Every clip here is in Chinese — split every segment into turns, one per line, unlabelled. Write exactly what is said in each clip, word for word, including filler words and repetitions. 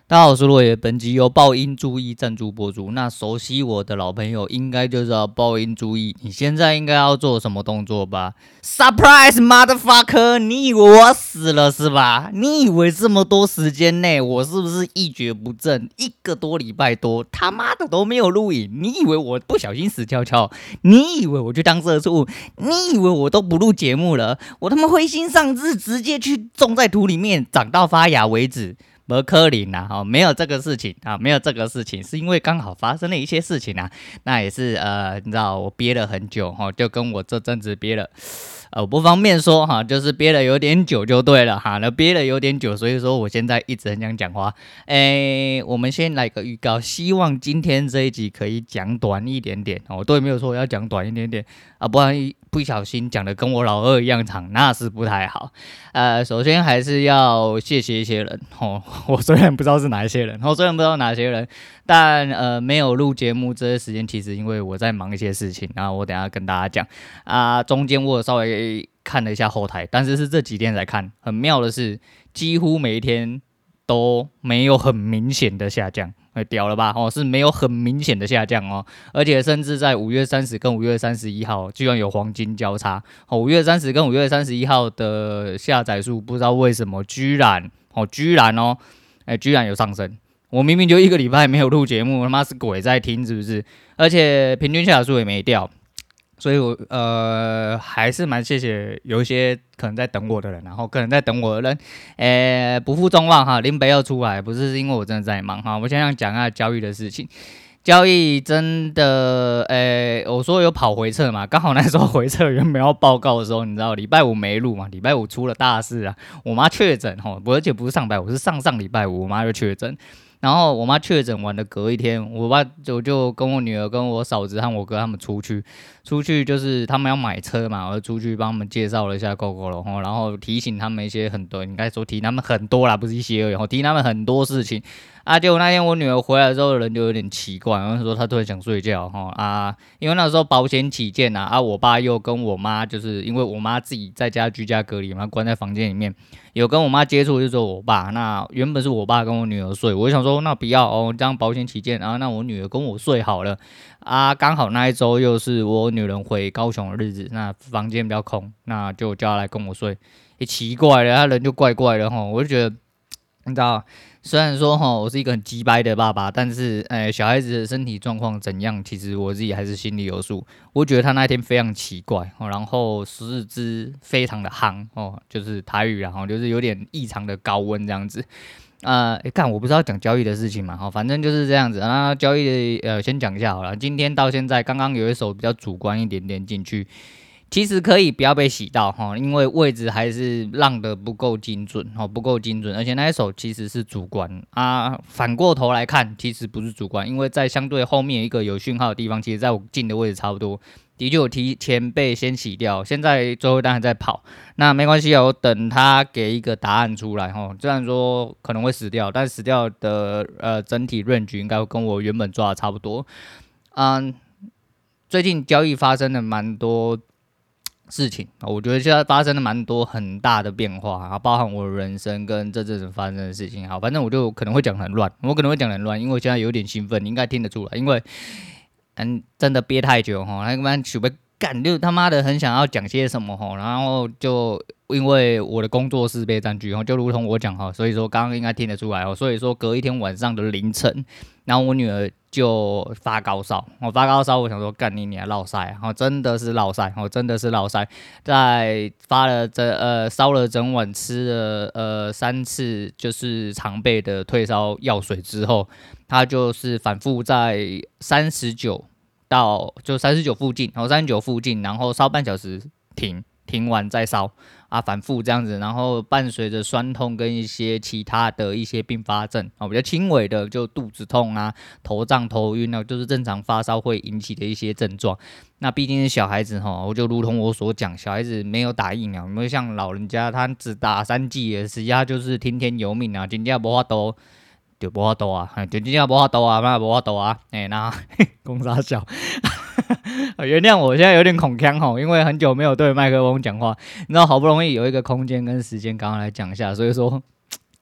大家好，我是洛野，本集由爆音注意赞助播出。那熟悉我的老朋友应该就知道爆音注意，你现在应该要做什么动作吧 ？Surprise motherfucker！ 你以为我死了是吧？你以为这么多时间内我是不是一蹶不振？一个多礼拜多，他妈的都没有录影。你以为我不小心死翘翘？你以为我去当社畜？你以为我都不录节目了？我他妈灰心丧志，直接去种在土里面，长到发芽为止。没可能啊，哦，没有这个事情啊，没有这个事情，是因为刚好发生了一些事情啊，那也是呃，你知道我憋了很久哈，就跟我这阵子憋了，呃，我不方便说哈，就是憋了有点久就对了哈，那憋了有点久，所以说我现在一直很想讲话，诶，我们先来个预告，希望今天这一集可以讲短一点点，我对没有错，要讲短一点点啊，不然不小心讲的跟我老二一样长，那是不太好。呃，首先还是要谢谢一些人哦。我虽然不知道是哪一些人，我虽然不知道哪些人，但呃没有录节目这些时间，其实因为我在忙一些事情，然后我等一下跟大家讲啊。中间我有稍微看了一下后台，但是是这几天才看。很妙的是，几乎每一天都没有很明显的下降。欸、屌了吧？哦，是没有很明显的下降哦，而且甚至在五月三十跟五月三十一号，居然有黄金交叉。哦，五月三十跟五月三十一号的下载数，不知道为什么居然哦，居然哦，哎、欸，居然有上升。我明明就一个礼拜没有录节目，他妈是鬼在听是不是？而且平均下载数也没掉。所以我，我呃还是蛮谢谢有一些可能在等我的人，然后可能在等我的人，诶不负众望哈，林北要出来，不是因为我真的在忙哈，我先想讲一下交易的事情。交易真的，诶，我说有跑回撤嘛，刚好那时候回撤原本要报告的时候，你知道礼拜五没录嘛，礼拜五出了大事啊，我妈确诊哈，而且不是上拜五，是上上礼拜五，我妈就确诊。然后我妈确诊完的隔一天，我爸就就跟我女儿、跟我嫂子和我哥他们出去，出去就是他们要买车嘛，我出去帮他们介绍了一下 GoGo 了，然后提醒他们一些很多，应该说提醒他们很多啦，不是一些而已，提醒他们很多事情。啊，结果那天我女儿回来之后，人就有点奇怪，然后说她突然想睡觉哈啊，因为那时候保险起见啊，啊，我爸又跟我妈就是因为我妈自己在家居家隔离嘛，关在房间里面，有跟我妈接触，就只有我爸。那原本是我爸跟我女儿睡，我就想说那不要哦，这样保险起见啊，那我女儿跟我睡好了啊，刚好那一周又是我女人回高雄的日子，那房间比较空，那就叫她来跟我睡。也奇怪了，她人就怪怪的哈，我就觉得你知道。虽然说哈，我是一个很鸡掰的爸爸，但是，呃，小孩子的身体状况怎样，其实我自己还是心里有数。我觉得他那天非常奇怪，哦、然后四肢非常的夯哦，就是台语然后就是有点异常的高温这样子。呃，看我不知道讲交易的事情嘛，哈，反正就是这样子。那交易的呃，先讲一下好了。今天到现在，刚刚有一手比较主观一点点进去。其实可以不要被洗到哈，因为位置还是让的不够精准哈，不够精准，而且那一手其实是主观啊。反过头来看，其实不是主观，因为在相对后面一个有讯号的地方，其实在我进的位置差不多，的确有提前被先洗掉。现在最后一单还在跑，那没关系啊，我等他给一个答案出来哈。虽然说可能会死掉，但死掉的呃整体 range 应该会跟我原本抓的差不多。嗯，最近交易发生了蛮多事情，我觉得现在发生了蛮多很大的变化啊，包含我的人生跟这阵子发生的事情。好，反正我就可能会讲很乱，我可能会讲很乱，因为我现在有点兴奋，你应该听得出来，因为嗯真的憋太久哈，那个班准备干就他妈的很想要讲些什么哈，然后就因为我的工作室被占据哈，就如同我讲哈，所以说刚刚应该听得出来哦，所以说隔一天晚上的凌晨，然后我女儿就发高烧，我发高烧，我想说干你娘落晒，然后真的是落晒，我真的是落晒，在发了整呃烧了整晚，吃了呃三次就是常备的退烧药水之后，她就是反复在三十九到就三十九附近，然后三十九附近，然后烧半小时停，停完再烧。啊，反复这样子，然后伴随着酸痛跟一些其他的一些并发症，哦，比较轻微的就肚子痛啊、头胀、头晕啊，就是正常发烧会引起的一些症状。那毕竟是小孩子哈，我就如同我所讲，小孩子没有打疫苗，没有像老人家他只打三剂，实际上就是听天由命啊，真正无法度。就无法度啊，就真正无法度啊，那无法度啊，哎、欸，那公三小，原谅我现在有点恐腔吼，因为很久没有对麦克风讲话，你知道好不容易有一个空间跟时间，刚刚来讲一下，所以说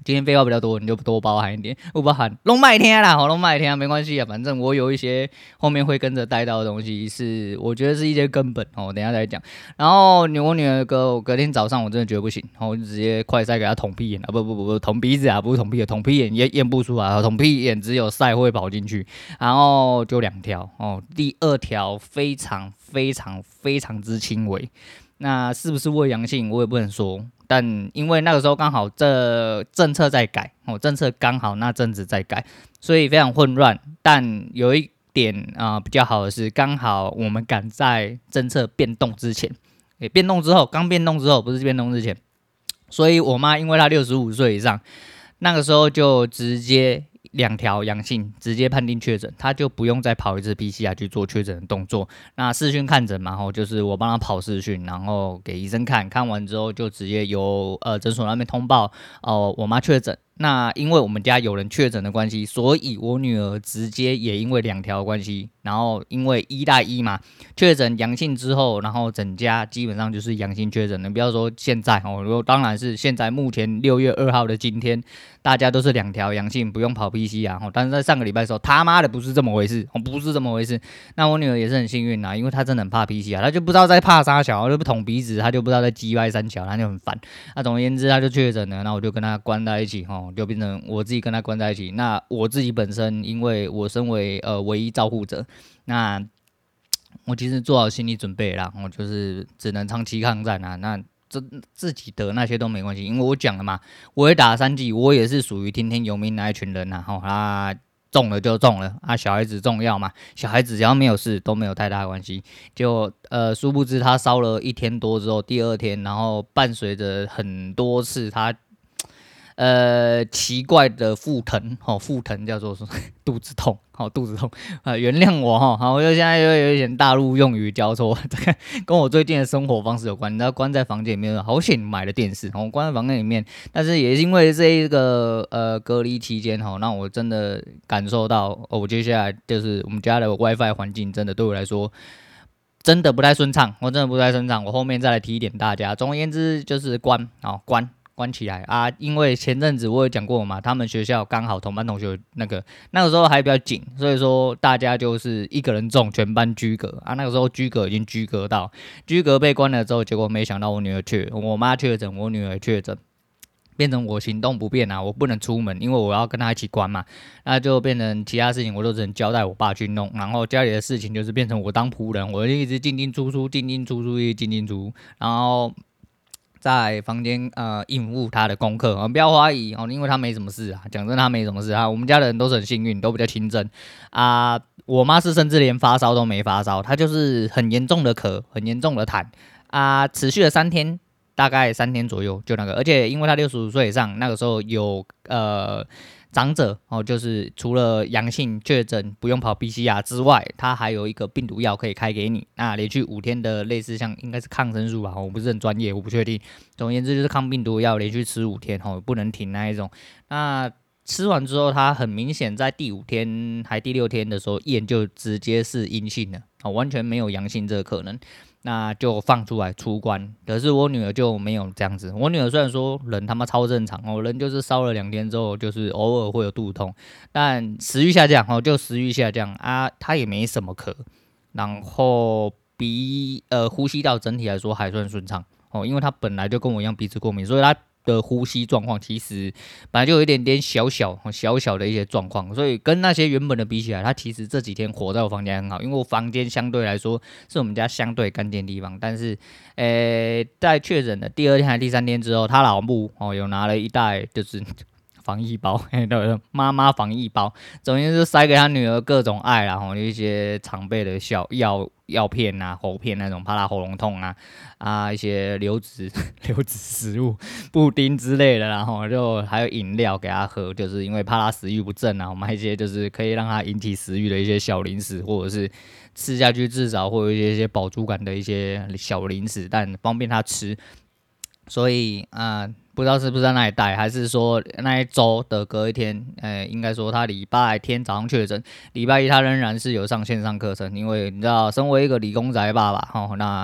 今天废话比较多，你就多包涵一点。我包含拢麦听啦，吼拢麦听没关系啊，反正我有一些后面会跟着带到的东西，是我觉得是一些根本哦，等一下再讲。然后我女儿隔隔天早上我真的觉得不行，然后我就直接快筛给她捅屁眼啊，不不不不捅鼻子啊，不是捅屁眼，捅屁眼验验不出来，捅屁眼只有筛会跑进去，然后就两条哦，第二条非常非常非常之轻微。那是不是胃阳性，我也不能说。但因为那个时候刚好这政策在改，哦，政策刚好那阵子在改，所以非常混乱。但有一点啊、呃、比较好的是，刚好我们赶在政策变动之前，诶，变动之后，刚变动之后，不是变动之前。所以我妈因为她六十五岁以上，那个时候就直接两条阳性，直接判定确诊，他就不用再跑一次 P C R 去做确诊的动作。那视讯看诊嘛，吼，就是我帮他跑视讯，然后给医生看，看完之后就直接由呃诊所那边通报，哦、呃，我妈确诊。那因为我们家有人确诊的关系，所以我女儿直接也因为两条关系，然后因为一带一嘛，确诊阳性之后，然后整家基本上就是阳性确诊的。不要说现在哦，当然是现在目前六月二号的今天，大家都是两条阳性，不用跑 P C R 啊。但是在上个礼拜的时候，他妈的不是这么回事，哦，不是这么回事。那我女儿也是很幸运啦，因为她真的很怕 P C R， 她就不知道在怕啥小，就不捅鼻子，她就不知道在鸡歪三小，她就很烦。那总而言之，她就确诊了，那我就跟她关在一起，吼。就变成我自己跟他关在一起。那我自己本身，因为我身为呃唯一照护者，那我其实做好心理准备啦，我就是只能长期抗战啊。那这自己得那些都没关系，因为我讲了嘛，我也打三剂，我也是属于听天由命那一群人呐。吼啊，中了就中了啊，小孩子重要嘛，小孩子只要没有事都没有太大关系。就呃，殊不知他烧了一天多之后，第二天，然后伴随着很多次他。呃，奇怪的腹疼，哦，腹疼叫做肚子痛，好、哦，肚子痛啊、呃，原谅我哈，好，我就现在又有一点大陆用语交错，这个跟我最近的生活方式有关。你知道，关在房间里面，好险买了电视，我、哦、关在房间里面，但是也是因为这一个呃隔离期间哈，让我真的感受到，哦，我接下来就是我们家的 WiFi 环境真的对我来说。真的不太顺畅，我真的不太顺畅，我后面再来提点大家。总而言之，就是关，哦，关。关起来啊！因为前阵子我有讲过嘛，他们学校刚好同班同学那个那个时候还比较紧，所以说大家就是一个人中，全班居隔啊。那个时候居隔已经居隔到居隔被关了之后，结果没想到我女儿确，我妈确诊，我女儿确诊，变成我行动不便啊，我不能出门，因为我要跟她一起关嘛。那就变成其他事情我都只能交代我爸去弄，然后家里的事情就是变成我当仆人，我就一直进进出出，进进出出，一直进进出出，然后。在房间呃应付他的功课啊，不要怀疑哦，因为他没什么事啊。讲真，他没什么事啊。我们家的人都是很幸运，都比较轻症啊。我妈是甚至连发烧都没发烧，她就是很严重的咳，很严重的痰啊，持续了三天，大概三天左右就那个。而且因为她六十五岁以上，那个时候有呃。长者哦，就是除了阳性确诊不用跑 P C R 之外，它还有一个病毒药可以开给你。那连续五天的类似像应该是抗生素吧，我不是很专业，我不确定。总而言之就是抗病毒药，连续吃五天哦，不能停那一种。那吃完之后，它很明显在第五天还第六天的时候，验就直接是阴性了哦，完全没有阳性这个可能。那就放出来出关，可是我女儿就没有这样子。我女儿虽然说人他妈超正常哦，人就是烧了两天之后，就是偶尔会有肚子痛，但食欲下降哦，就食欲下降啊，她也没什么咳，然后鼻呃呼吸道整体来说还算顺畅哦，因为她本来就跟我一样鼻子过敏，所以她。的呼吸状况其实本来就有一点点小小小小的一些状况，所以跟那些原本的比起来，他其实这几天活在我房间很好，因为我房间相对来说是我们家相对干净的地方。但是，诶，在确诊的第二天还第三天之后，他老母哦有拿了一袋就是防疫包，嘿，对，妈妈防疫包，总之是塞给他女儿各种爱啦，吼，一些常备的小药药片啊、喉片那种，怕他喉咙痛啊啊，一些流质流质食物、布丁之类的啦，然后就还有饮料给他喝，就是因为怕他食欲不振啊，我买一些就是可以让他引起食欲的一些小零食，或者是吃下去至少会有一些一些饱足感的一些小零食，但方便他吃，所以啊。呃不知道是不是在那里带，还是说那一周的隔一天，呃，应该说他礼拜天早上确诊，礼拜一他仍然是有上线上课程，因为你知道，身为一个理工宅爸爸，吼，那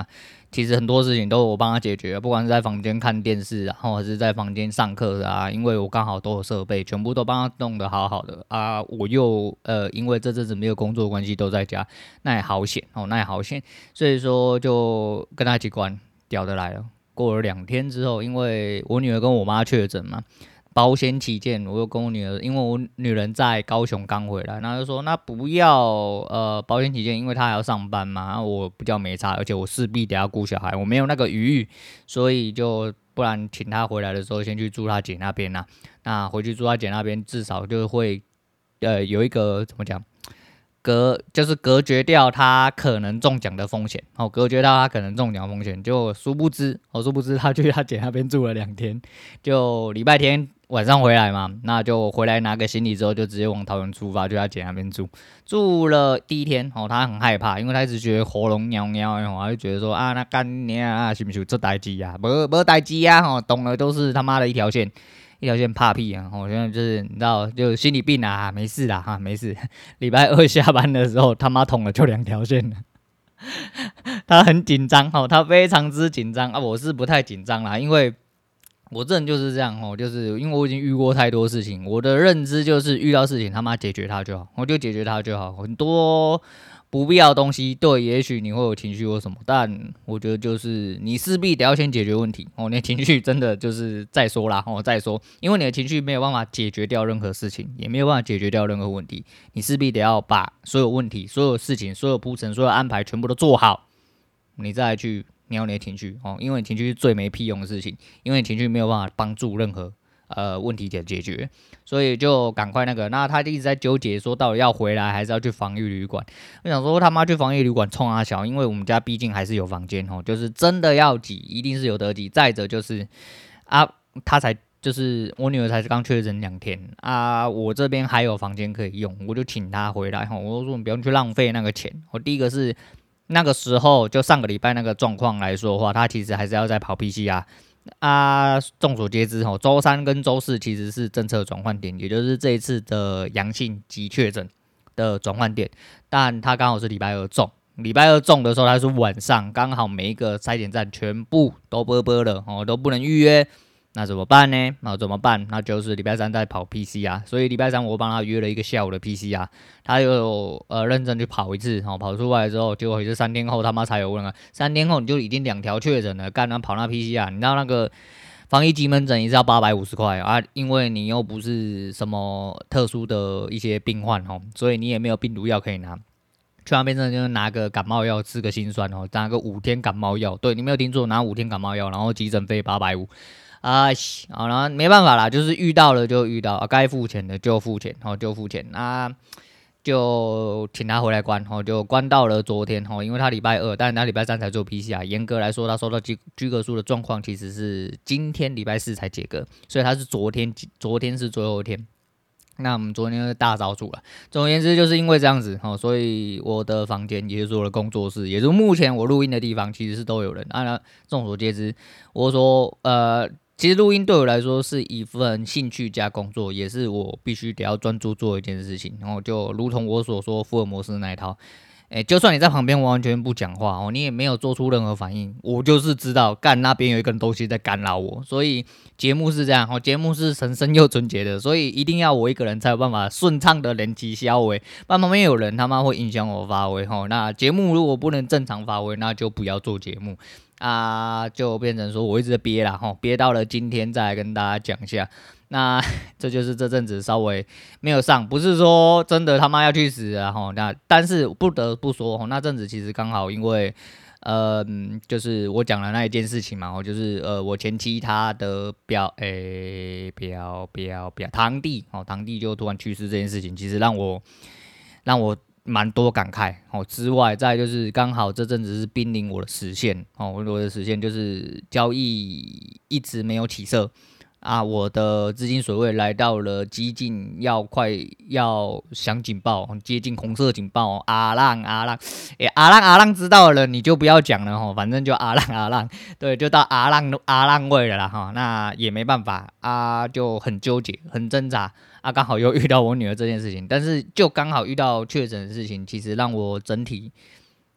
其实很多事情都我帮他解决，不管是在房间看电视啊，或者是在房间上课啊，因为我刚好都有设备，全部都帮他弄得好好的啊。我又呃，因为这阵子没有工作的关系都在家，那也好险哦，那也好险，所以说就跟他一起关，屌的来了。过了两天之后，因为我女儿跟我妈确诊嘛。保险起见，我又跟我女儿，因为我女人在高雄刚回来，然后就说那不要呃保险起见，因为她还要上班嘛，然后我比较没差，而且我势必得要顾小孩，我没有那个余裕，所以就不然请她回来的时候先去住她姐那边啦。那回去住她姐那边，至少就会呃有一个怎么讲？隔就是隔绝掉他可能中奖的风险，哦，隔绝掉他可能中奖的风险，就殊不知，哦，殊不知他去他姐那边住了两天，就礼拜天晚上回来嘛，那就回来拿个行李之后，就直接往桃园出发，去他姐那边住。住了第一天，哦，他很害怕，因为他一直觉得喉咙喵喵，哦，他就觉得说啊，那干你啊，是不是这代志啊？没没代志啊，哦，懂了都是他妈的一条线。一条线怕屁啊！我现在就是你知道，就心理病啊，没事啦哈，没事。礼拜二下班的时候，他妈捅了就两条线了。他很紧张哦，他非常之紧张啊。我是不太紧张啦，因为我这人就是这样哦，就是因为我已经遇过太多事情，我的认知就是遇到事情他妈解决它就好，我就解决它就好。很多不必要的东西，对，也许你会有情绪或什么，但我觉得就是你势必得要先解决问题哦。你的情绪真的就是再说啦哦，再说，因为你的情绪没有办法解决掉任何事情，也没有办法解决掉任何问题，你势必得要把所有问题、所有事情、所有铺陈、所有安排全部都做好，你再来去瞄你的情绪哦，因为你情绪是最没屁用的事情，因为你情绪没有办法帮助任何呃问题的解决。所以就赶快那个，那他就一直在纠结说到底要回来还是要去防疫旅馆。我想说他妈去防疫旅馆冲他小，因为我们家毕竟还是有房间哦，就是真的要挤一定是有得挤。再者就是啊，他才就是我女儿才刚确诊两天啊，我这边还有房间可以用，我就请他回来哈。我说你不用去浪费那个钱。我第一个是那个时候就上个礼拜那个状况来说的话，他其实还是要再跑 P C R。啊，众所皆知，吼，周三跟周四其实是政策转换点，也就是这一次的阳性及确诊的转换点，但他刚好是礼拜二中，礼拜二中的时候，他是晚上，刚好每一个筛检站全部都波波了，哦，都不能预约。那怎么办呢？那怎么办？那就是礼拜三再跑 P C R， 所以礼拜三我帮他约了一个下午的 P C R， 他又呃认真去跑一次，哦，跑出来之后，结果也是三天后他妈才有问啊，三天后你就已经两条确诊了，干那跑那 P C R， 你知道那个防疫急门诊也是要八百五十块啊，因为你又不是什么特殊的一些病患哦，所以你也没有病毒药可以拿。去那边真的就是拿个感冒药吃个心酸哦，拿个五天感冒药，对你没有听错，拿五天感冒药，然后急诊费八百五。啊，好，然后没办法啦，就是遇到了就遇到，啊，该付钱的就付钱，然后就付钱，啊，就请他回来关，哦，就关到了昨天，哦，因为他礼拜二，但是他礼拜三才做 P C R， 严格来说，他收到居居隔数的状况其实是今天礼拜四才解隔，所以他是昨天，昨天是最后一天。那我们昨天就大扫除了。总而言之，就是因为这样子，哦，所以我的房间，也就是我的工作室，也就是目前我录音的地方，其实是都有人。啊，众所皆知，我说，呃，其实录音对我来说是一份兴趣加工作，也是我必须得要专注做一件事情。然后就如同我所说，福尔摩斯那一套。欸，就算你在旁边完全不讲话哦，你也没有做出任何反应，我就是知道干那边有一根东西在干扰我，所以节目是这样哦，节目是神圣又纯洁的，所以一定要我一个人才有办法顺畅的连其消维，不然旁边有人他妈会影响我发挥哦。那节目如果不能正常发挥，那就不要做节目啊，就变成说我一直憋啦吼，憋到了今天再来跟大家讲一下。那这就是这阵子稍微没有上，不是说真的他妈要去死啊吼，那但是不得不说吼，那阵子其实刚好因为呃，就是我讲了那一件事情嘛，哦，就是呃我前妻她的表诶表表表堂弟哦，堂弟就突然去世这件事情，其实让我让我蛮多感慨哦。之外，再就是刚好这阵子是濒临我的实现哦，我的实现就是交易一直没有起色。啊，我的资金水位来到了接近要快要响警报，接近红色警报，阿浪阿浪，诶、欸、阿浪阿浪知道了你就不要讲了吼，反正就阿浪阿浪，对，就到阿浪阿浪位了啦哈，那也没办法啊，就很纠结很挣扎啊，刚好又遇到我女儿这件事情，但是就刚好遇到确诊的事情，其实让我整体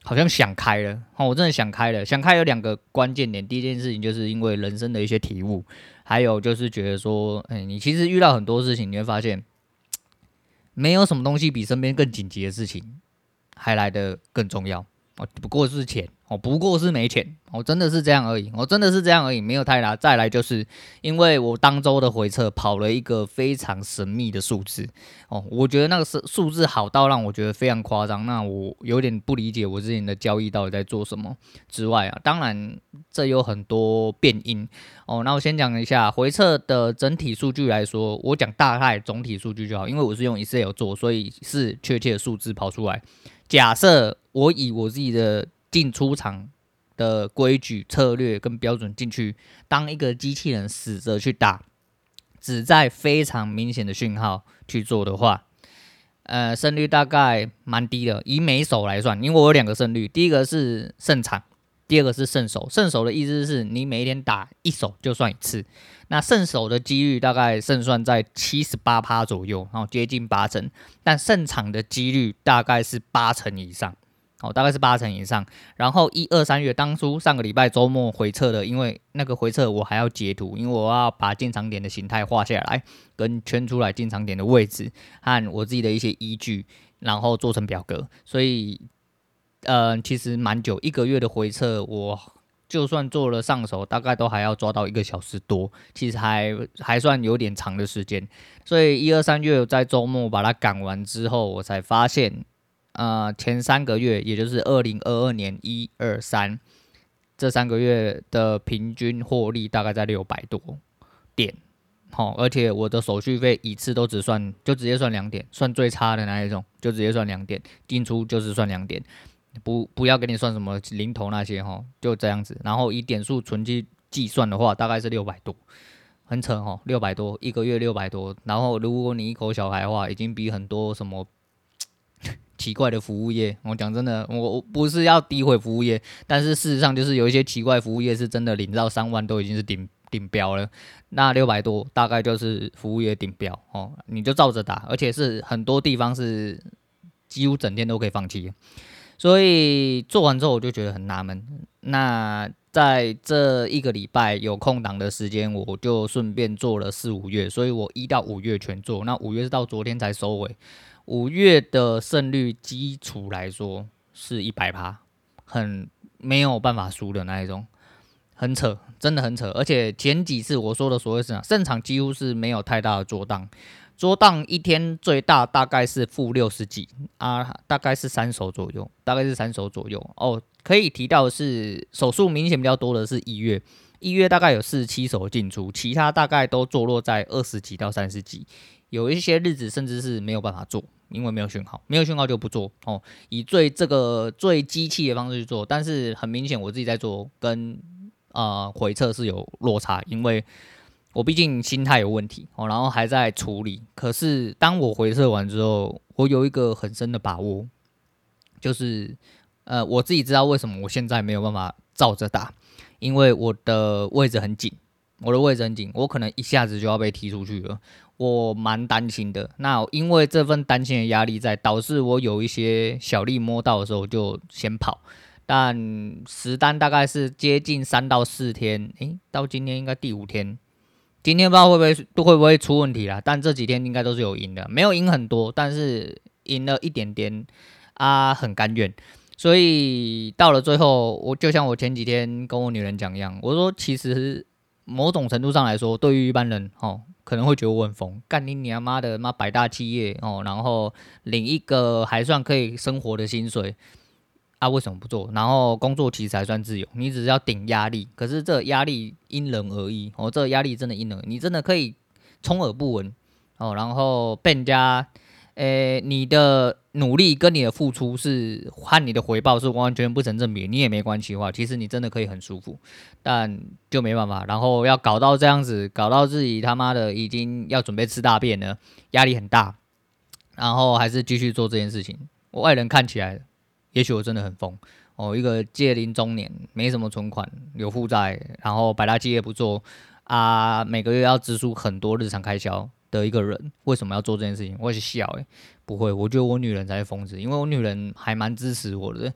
好像想开了，哦，我真的想开了。想开有两个关键点，第一件事情就是因为人生的一些体悟，还有就是觉得说，哎、欸，你其实遇到很多事情，你会发现，没有什么东西比身边更紧急的事情还来得更重要。哦，不过是钱，哦，不过是没钱，哦，真的是这样而已，哦，真的是这样而已，没有太大。再来就是因为我当周的回测跑了一个非常神秘的数字，哦，我觉得那个数字好到让我觉得非常夸张，那我有点不理解我之前的交易到底在做什么之外啊，当然这有很多变因，哦，那我先讲一下回测的整体数据来说，我讲大概总体数据就好，因为我是用 Excel 做，所以是确切的数字跑出来。假设我以我自己的进出场的规矩、策略跟标准进去，当一个机器人死着去打，只在非常明显的讯号去做的话，呃，胜率大概蛮低的。以每手来算，因为我有两个胜率，第一个是胜场，第二个是胜手。胜手的意思是你每一天打一手就算一次，那胜手的几率大概胜算在 百分之七十八 左右，然后接近八成，但胜场的几率大概是八成以上。哦，大概是八成以上。然后一二三月当初上个礼拜周末回测的，因为那个回测我还要截图，因为我要把进场点的形态画下来，跟圈出来进场点的位置和我自己的一些依据，然后做成表格。所以，呃，其实蛮久，一个月的回测，我就算做了上手，大概都还要抓到一个小时多，其实还还算有点长的时间。所以一二三月在周末把它赶完之后，我才发现。呃，前三个月，也就是二零二二年一二三这三个月的平均获利大概在六百多点，好、哦，而且我的手续费一次都只算，就直接算两点，算最差的那一种，就直接算两点，进出就是算两点，不不要给你算什么零头那些哈、哦，就这样子。然后以点数存积计算的话，大概是六百多，很扯哦，六百多一个月六百多，然后如果你一口小孩的话，已经比很多什么。奇怪的服务业，我讲真的，我不是要诋毁服务业，但是事实上就是有一些奇怪服务业是真的领到三万都已经是顶顶标了，那六百多大概就是服务业顶标哦，你就照着打，而且是很多地方是几乎整天都可以放弃，所以做完之后我就觉得很纳闷。那在这一个礼拜有空档的时间，我就顺便做了四五月，所以我一到五月全做，那五月是到昨天才收尾。五月的胜率基础来说是一百趴，很没有办法输的那一种，很扯，真的很扯。而且前几次我说的所谓胜场，胜场几乎是没有太大的捉档，捉档一天最大大概是负六十几啊，大概是三手左右，大概是三手左右哦。可以提到的是手数明显比较多的是一月，一月大概有四十七手进出，其他大概都坐落在二十几到三十几。有一些日子甚至是没有办法做，因为没有讯号，没有讯号就不做哦。以最这个最机器的方式去做，但是很明显我自己在做跟呃回测是有落差，因为我毕竟心态有问题哦，然后还在处理。可是当我回测完之后，我有一个很深的把握，就是呃我自己知道为什么我现在没有办法照着打，因为我的位置很紧。我的位置很紧，我可能一下子就要被踢出去了，我蛮担心的。那因为这份担心的压力在，导致我有一些小力摸到的时候就先跑。但实单大概是接近三到四天，诶，到今天应该第五天，今天不知道会不会会不会出问题啦。但这几天应该都是有赢的，没有赢很多，但是赢了一点点啊，很甘愿。所以到了最后，我就像我前几天跟我女人讲一样，我说其实。某种程度上来说，对于一般人哦，可能会觉得我很疯，干你娘妈的妈百大企业哦，然后领一个还算可以生活的薪水啊，为什么不做？然后工作其实还算自由，你只是要顶压力，可是这压力因人而异哦，这压力真的因人而异，你真的可以充耳不闻哦，然后被人家。诶，你的努力跟你的付出是和你的回报是完完全全不成正比，你也没关系的话，其实你真的可以很舒服，但就没办法，然后要搞到这样子，搞到自己他妈的已经要准备吃大便了，压力很大，然后还是继续做这件事情。我外人看起来，也许我真的很疯哦，一个届龄中年，没什么存款，有负债，然后百大企业不做啊，每个月要支出很多日常开销。的一个人为什么要做这件事情？我是笑诶、欸，不会，我觉得我女人才是疯子，因为我女人还蛮支持我的。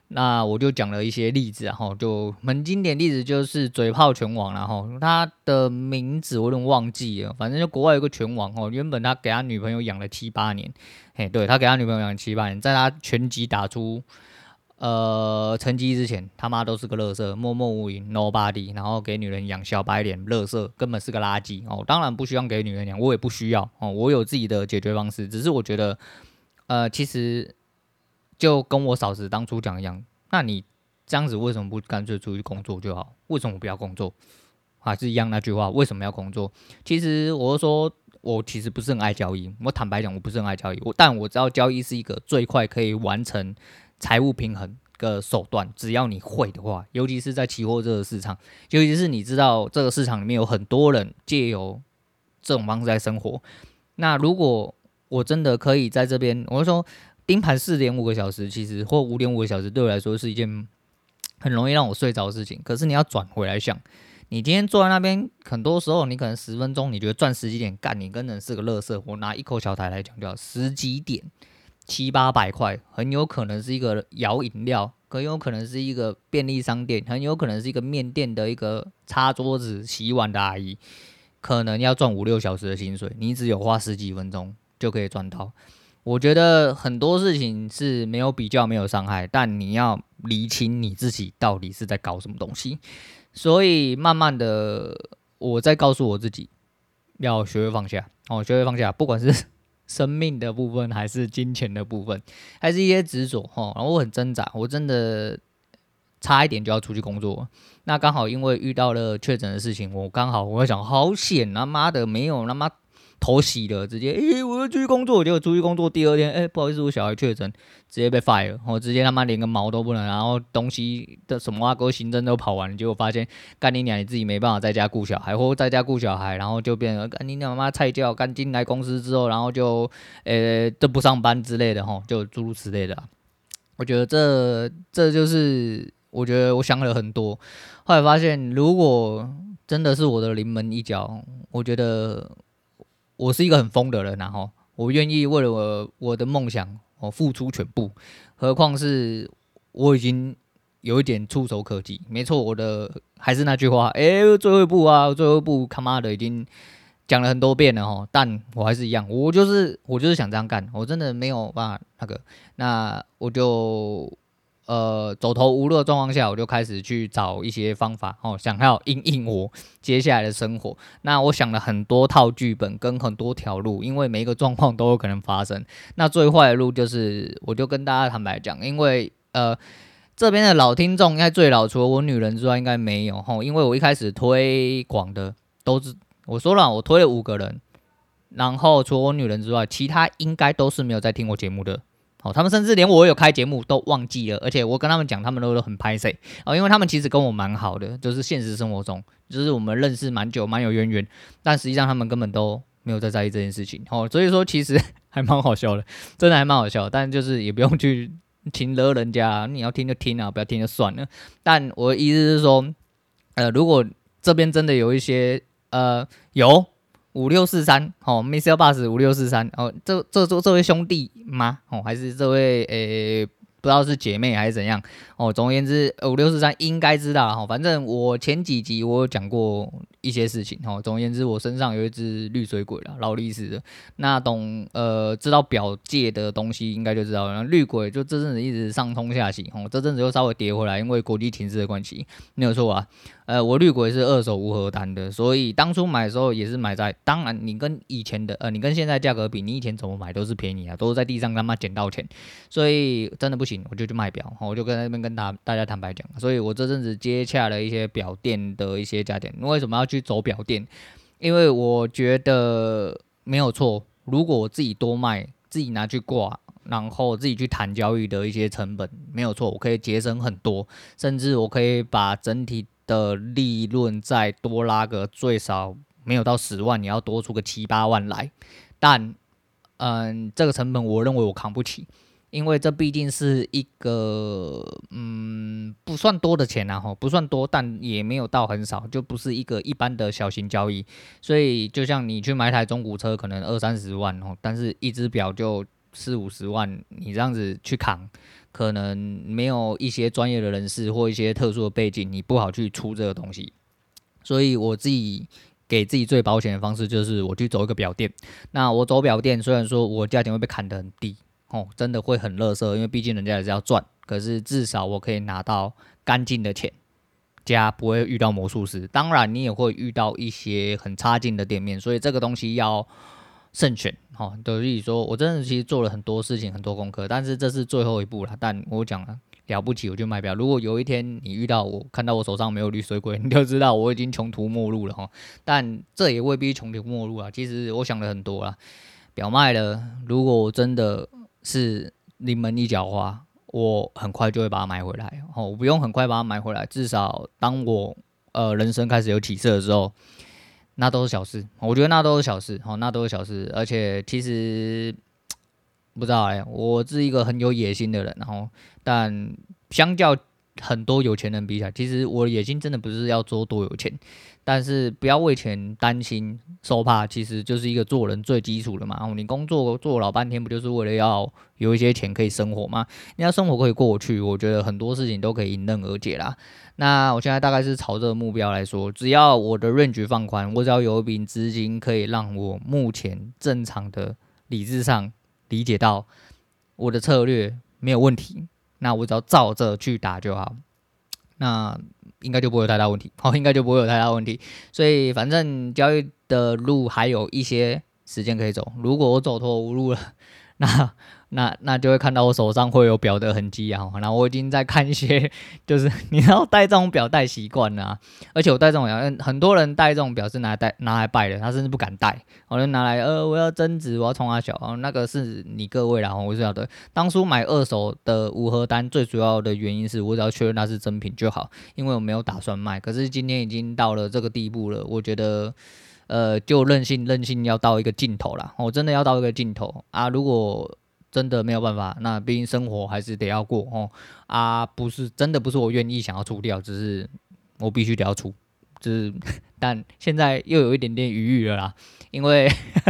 那我就讲了一些例子，然后就很经典例子就是嘴炮拳王，然后他的名字我有点忘记了，反正就国外有个拳王哦，原本他给他女朋友养了七八年，嘿，对他给他女朋友养了七八年，在他拳击打出呃成绩之前，他妈都是个垃圾，默默无名 ，nobody，然后给女人养小白脸，垃圾，根本是个垃圾哦。当然不需要给女人养，我也不需要哦，我有自己的解决方式，只是我觉得呃其实。就跟我嫂子当初讲一样，那你这样子为什么不干脆出去工作就好？为什么不要工作？还是一样那句话，为什么要工作？其实我是说，我其实不是很爱交易。我坦白讲，我不是很爱交易，我但我知道交易是一个最快可以完成财务平衡的手段，只要你会的话，尤其是在期货这个市场，尤其是你知道这个市场里面有很多人借由这种方式在生活。那如果我真的可以在这边，我就说。盯盘四点五个小时，其实或五点五个小时，对我来说是一件很容易让我睡着的事情。可是你要转回来想，你今天坐在那边，很多时候你可能十分钟，你觉得赚十几点，干你跟人是个垃圾。我拿一口小台来讲，叫十几点，七八百块，很有可能是一个摇饮料，很有可能是一个便利商店，很有可能是一个面店的一个擦桌子、洗碗的阿姨，可能要赚五六小时的薪水，你只有花十几分钟就可以赚到。我觉得很多事情是没有比较没有伤害，但你要厘清你自己到底是在搞什么东西。所以慢慢的，我在告诉我自己要学会放下哦，学会放下，不管是生命的部分，还是金钱的部分，还是一些执着哦。然后我很挣扎，我真的差一点就要出去工作。那刚好因为遇到了确诊的事情，我刚好我会想，好险他妈的没有他妈。头洗了，直接诶、欸，我要出去工作，结果出去工作第二天，诶、欸，不好意思，我小孩确诊，直接被 fire， 我直接他妈连个毛都不能，然后东西的什么啊，给我行政都跑完了，结果发现干你娘，你自己没办法在家顾小孩，或在家顾小孩，然后就变成干你娘妈妈菜教，干进来公司之后，然后就呃都不上班之类的吼，就诸如此类的、啊。我觉得这这就是我觉得我想了很多，后来发现如果真的是我的临门一脚，我觉得。我是一个很疯的人、啊，然后我愿意为了 我, 我的梦想，我付出全部。何况是我已经有一点触手可及。没错，我的还是那句话，哎、欸，最后一步啊，最后一步，他妈的已经讲了很多遍了哈，但我还是一样，我就是我就是想这样干，我真的没有办法那个，那我就。呃，走投无路的状况下，我就开始去找一些方法哦，想要因应我接下来的生活。那我想了很多套剧本跟很多条路，因为每一个状况都有可能发生。那最坏的路就是，我就跟大家坦白讲，因为呃这边的老听众应该最老，除了我女人之外，应该没有吼，因为我一开始推广的都是我说了，我推了五个人，然后除了我女人之外，其他应该都是没有在听我节目的。哦，他们甚至连我有开节目都忘记了，而且我跟他们讲，他们都都很拍谁哦，因为他们其实跟我蛮好的，就是现实生活中，就是我们认识蛮久，蛮有渊源，但实际上他们根本都没有在在意这件事情哦，所以说其实还蛮好笑的，真的还蛮好笑的，但就是也不用去听了人家，你要听就听啊，不要听就算了。但我的意思是说，呃，如果这边真的有一些呃有。五六四三，哦 ，Missile Bus 五六四三，哦，这这这这位兄弟吗？哦，还是这位诶、欸，不知道是姐妹还是怎样？哦，总而言之，五六四三应该知道哈。反正我前几集我有讲过一些事情，哦，总而言之，我身上有一只绿水鬼啦，劳力士的。那懂呃知道表界的东西，应该就知道了。绿鬼就这阵子一直上冲下洗，哦，这阵子又稍微跌回来，因为国际情势的关系，没有错啊。呃，我绿鬼是二手无核单的，所以当初买的时候也是买在，当然你跟以前的呃，你跟现在价格比，你以前怎么买都是便宜啊，都是在地上他妈捡到钱，所以真的不行，我就去卖表，我就跟那边跟大大家坦白讲，所以我这阵子接洽了一些表店的一些家电，为什么要去走表店？因为我觉得没有错，如果我自己多卖，自己拿去挂。然后自己去谈交易的一些成本没有错，我可以节省很多，甚至我可以把整体的利润再多拉个最少没有到十万，你要多出个七八万来。但嗯，这个成本我认为我扛不起，因为这毕竟是一个嗯不算多的钱啊，不算多，但也没有到很少，就不是一个一般的小型交易。所以就像你去买台中古车，可能二三十万哦，但是一只表就四五十万，你这样子去扛，可能没有一些专业的人士或一些特殊的背景，你不好去出这个东西。所以我自己给自己最保险的方式就是我去走一个表店。那我走表店，虽然说我价钱会被砍得很低哦，真的会很垃圾，因为毕竟人家也是要赚。可是至少我可以拿到干净的钱，加不会遇到魔术师。当然你也会遇到一些很差劲的店面，所以这个东西要慎选。哦，所以说我真的其实做了很多事情，很多功课，但是这是最后一步了。但我讲了。了不起我就卖表。如果有一天你遇到我，看到我手上没有绿水鬼，你就知道我已经穷途末路了哈。但这也未必穷途末路啊。其实我想了很多啦，表卖了，如果我真的是临门一脚的话，我很快就会把它买回来。哦，我不用很快把它买回来，至少当我呃人生开始有起色的时候，那都是小事。我觉得那都是小事，哦，那都是小事。而且其实。不知道哎、欸，我是一个很有野心的人，然后但相较很多有钱人比起来，其实我的野心真的不是要做多有钱，但是不要为钱担心受怕，其实就是一个做人最基础的嘛。你工作做老半天，不就是为了要有一些钱可以生活吗？你要生活可以过去，我觉得很多事情都可以迎刃而解啦。那我现在大概是朝这个目标来说，只要我的 range 放宽，我只要有一笔资金可以让我目前正常的理智上。理解到我的策略没有问题，那我只要照着去打就好，那应该就不会有太大问题，好，应该就不会有太大问题。所以反正交易的路还有一些时间可以走，如果我走投无路了，那那那就会看到我手上会有表的痕迹啊。然后我已经在看一些，就是你要戴这种表戴习惯了、啊，而且我戴这种表，很多人戴这种表是拿来戴拿来拜的，他甚至不敢戴，我就拿来呃我要增值，我要冲他小，然后那个是你各位啦，我是晓得，当初买二手的五盒单最主要的原因是我只要确认它是真品就好，因为我没有打算卖。可是今天已经到了这个地步了，我觉得。呃，就任性，任性要到一个尽头啦。我、哦、真的要到一个尽头啊！如果真的没有办法，那毕竟生活还是得要过哦。啊，不是真的不是我愿意想要出掉，只是我必须得要出。就是，但现在又有一点点余裕了啦，因为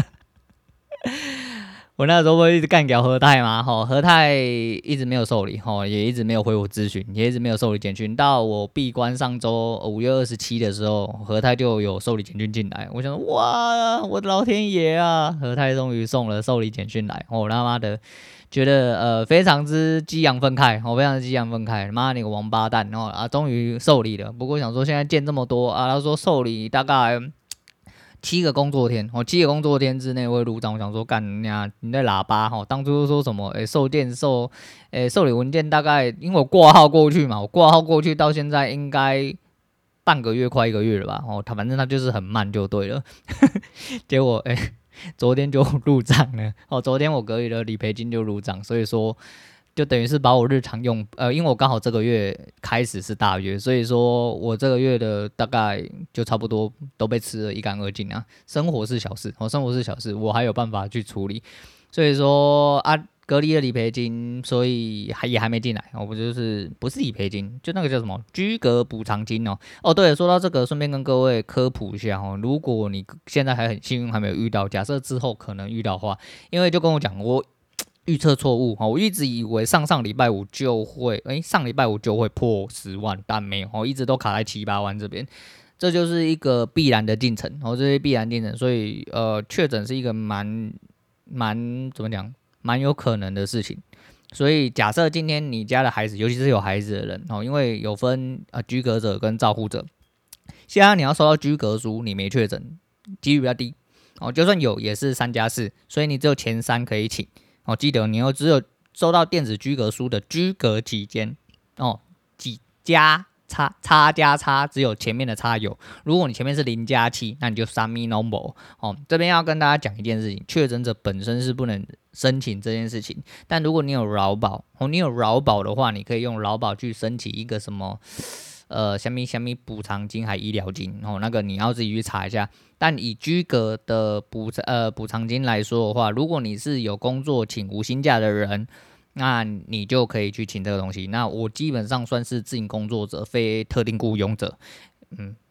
我那时候不是一直干掉和泰嘛，吼，和泰一直没有受理，吼，也一直没有回我咨询，也一直没有受理简讯。到我闭关上周五月二十七的时候，和泰就有受理简讯进来。我想说，哇，我的老天爷啊，和泰终于送了受理简讯来，我他妈的觉得呃非常之激昂愤慨，我非常之激昂愤慨，妈你个王八蛋，然后啊终于受理了。不过想说现在见这么多啊，他说受理大概。七个工作天，哦，七个工作天之内会入账。我想说，干呀，你在喇叭哈，当初说什么？诶、欸，受件受，诶、欸，受理文件大概，因为我挂号过去嘛，我挂号过去到现在应该半个月，快一个月了吧？哦，他反正他就是很慢就对了。结果，诶、欸，昨天就入账了。哦，昨天我隔离的理赔金就入账，所以说。就等于是把我日常用，呃，因为我刚好这个月开始是大月，所以说我这个月的大概就差不多都被吃了一干二净啊。生活是小事，哦，生活是小事，我还有办法去处理。所以说啊，隔离的理赔金，所以还也还没进来，我、哦、不就是不是理赔金，就那个叫什么居隔补偿金哦。哦，对了，说到这个，顺便跟各位科普一下哦，如果你现在还很幸运还没有遇到，假设之后可能遇到的话，因为就跟我讲我。预测错误，我一直以为上上礼拜五就会，诶、欸，上礼拜五就会破十万，但没有，一直都卡在七八万这边，这就是一个必然的进程，哦，这是必然进程，所以呃，确诊是一个蛮蛮怎么讲，蛮有可能的事情。所以假设今天你家的孩子，尤其是有孩子的人，哦，因为有分呃居隔者跟照护者，现在你要收到居隔书，你没确诊，几率比较低，哦，就算有也是三加四，所以你只有前三可以请。哦，记得你要只有收到电子居隔书的居隔期间，哦，几加叉叉加叉，只有前面的叉有。如果你前面是零加七，那你就 submit normal。哦，这边要跟大家讲一件事情，确诊者本身是不能申请这件事情，但如果你有劳保，哦，你有劳保的话，你可以用劳保去申请一个什么。呃，虾米虾米补偿金还医疗金，哦，那个你要自己去查一下。但以居隔的补呃补偿金来说的话，如果你是有工作请无薪假的人，那你就可以去请这个东西。那我基本上算是自营工作者，非特定雇佣者，嗯，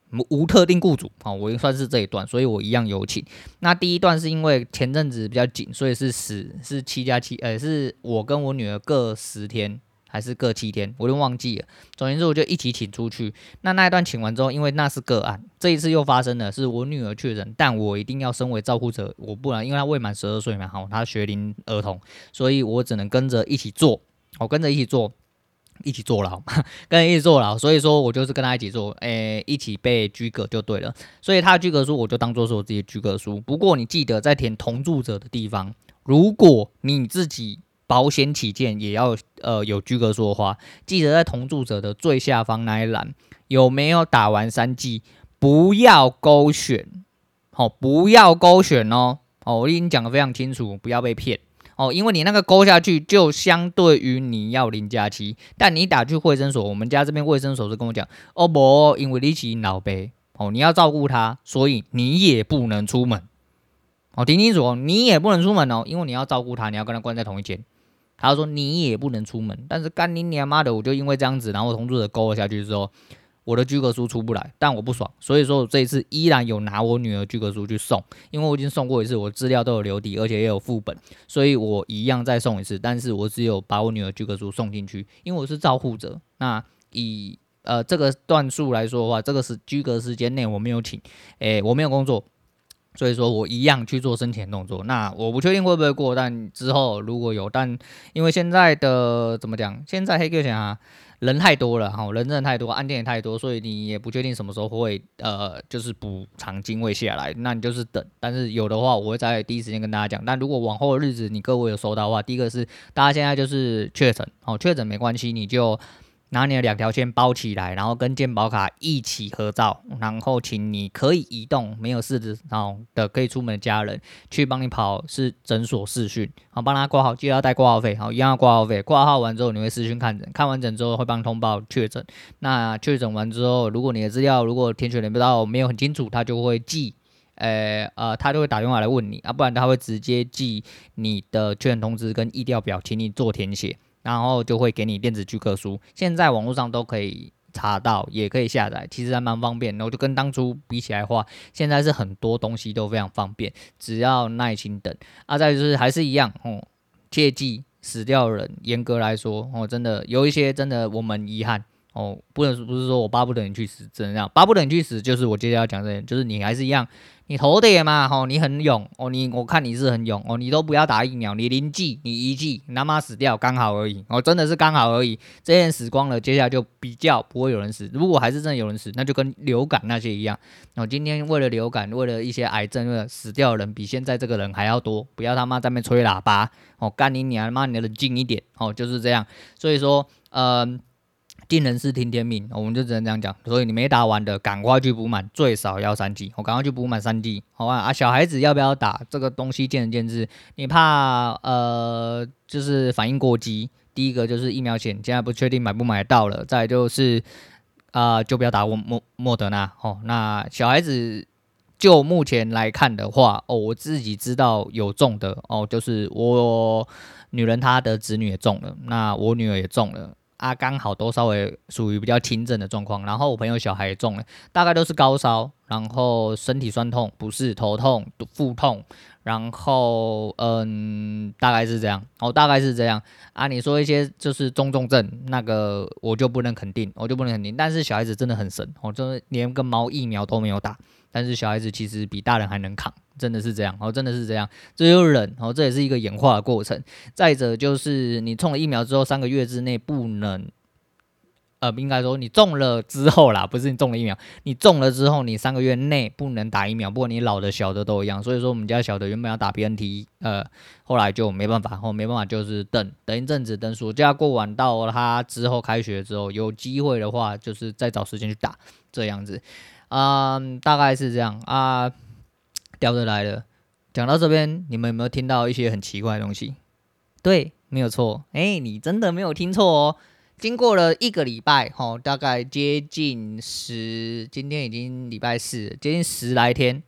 无特定雇主，好，我算是这一段，所以我一样有请。那第一段是因为前阵子比较紧，所以是十是七加七，呃，是我跟我女儿各十天还是各七天，我就忘记了。总而言之，我就一起请出去。那那一段请完之后，因为那是个案，这一次又发生了，是我女儿确诊，但我一定要身为照顾者，我不然因为她未满十二岁嘛，好，她学龄儿童，所以我只能跟着一起做，我跟着一起做。一起坐牢，跟人一起坐牢，所以说我就是跟他一起做，诶、欸，一起被居隔就对了。所以他的居隔书我就当做是我自己的居隔书。不过你记得在填同住者的地方，如果你自己保险起见也要呃有居隔书的话，记得在同住者的最下方那一栏有没有打完三剂，不要勾选，好、哦，不要勾选哦。哦，我已经讲得非常清楚，不要被骗。哦，因为你那个勾下去，就相对于你要零加七，但你打去卫生所，我们家这边卫生所是跟我讲，哦不，因为你是老爸，哦，你要照顾他，所以你也不能出门。哦，听清楚哦，你也不能出门哦，因为你要照顾他，你要跟他关在同一间。他说你也不能出门，但是干你娘妈的，我就因为这样子，然后我同住者勾了下去之后，我的居隔书出不来，但我不爽，所以说我这一次依然有拿我女儿居隔书去送，因为我已经送过一次，我资料都有留底，而且也有副本，所以我一样再送一次，但是我只有把我女儿居隔书送进去，因为我是照护者。那以呃这个段数来说的话，这个是居隔时间内我没有请，诶、欸、我没有工作。所以说我一样去做申请动作，那我不确定会不会过，但之后如果有，但因为现在的怎么讲，现在黑客讲啊，人太多了哈，人真的太多，案件也太多，所以你也不确定什么时候会呃，就是补偿金会下来，那你就是等。但是有的话，我会在第一时间跟大家讲。但如果往后的日子你各位有收到的话，第一个是大家现在就是确诊，哦，确诊没关系，你就拿你的两条线包起来，然后跟健保卡一起合照，然后请你可以移动、没有事的、哦、的可以出门的家人去帮你跑是诊所视讯，好帮他挂号，记得要带挂号费，好一样要挂号费。挂号完之后你会视讯看诊，看完诊之后会帮你通报确诊。那确诊完之后，如果你的资料如果填写连不到没有很清楚，他就会寄。呃呃，他就会打电话来问你啊，不然他会直接寄你的确诊通知跟疫调表，请你做填写。然后就会给你电子居隔书，现在网络上都可以查到，也可以下载，其实还蛮方便。然后就跟当初比起来的话，现在是很多东西都非常方便，只要耐心等。啊，再就是还是一样哦，切记死掉的人，严格来说哦，真的有一些真的我们遗憾哦，不能不是说我巴不得你去死，真的这样，巴不得你去死，就是我接下来要讲的，就是你还是一样。你投的嘛，吼，你很勇哦，你我看你是很勇哦，你都不要打疫苗，你零剂，你一剂，你他妈死掉刚好而已哦，真的是刚好而已。这些人死光了，接下来就比较不会有人死。如果还是真的有人死，那就跟流感那些一样。哦，今天为了流感，为了一些癌症，为了死掉的人比现在这个人还要多，不要他妈在那边吹喇叭哦，干你娘，妈你冷静一点哦，就是这样。所以说，呃。尽人事听天命，我们就只能这样讲。所以你没打完的，赶快去补满，最少要三剂。我赶快去补满三剂，好吧？啊，小孩子要不要打？这个东西见仁见智。你怕呃，就是反应过激。第一个就是疫苗险，现在不确定买不买得到了。再来就是啊、呃，就不要打莫莫德纳。哦，那小孩子就目前来看的话，哦，我自己知道有中的哦，就是我女人她的子女也中了，那我女儿也中了。啊，刚好都稍微属于比较轻症的状况，然后我朋友小孩也中了，大概都是高烧，然后身体酸痛、不适、头痛、腹痛，然后嗯，大概是这样，哦，大概是这样啊。你说一些就是中重症，那个我就不能肯定，我就不能肯定。但是小孩子真的很神，哦，就是连个毛疫苗都没有打，但是小孩子其实比大人还能扛。真的是这样，哦，真的是这样，这就是人，哦，这也是一个演化的过程。再者就是你中了疫苗之后，三个月之内不能，呃，应该说你中了之后啦，不是你中了疫苗，你中了之后，你三个月内不能打疫苗，不管你老的小的都一样。所以说我们家小的原本要打 B N T， 呃，后来就没办法，后没办法就是等等一阵子，等暑假过完到他之后开学之后，有机会的话就是再找时间去打，这样子，嗯，大概是这样啊。聊得来了，讲到这边，你们有没有听到一些很奇怪的东西？对，没有错，哎、欸，你真的没有听错哦。经过了一个礼拜，吼，大概接近十，今天已经礼拜四，接近十来天，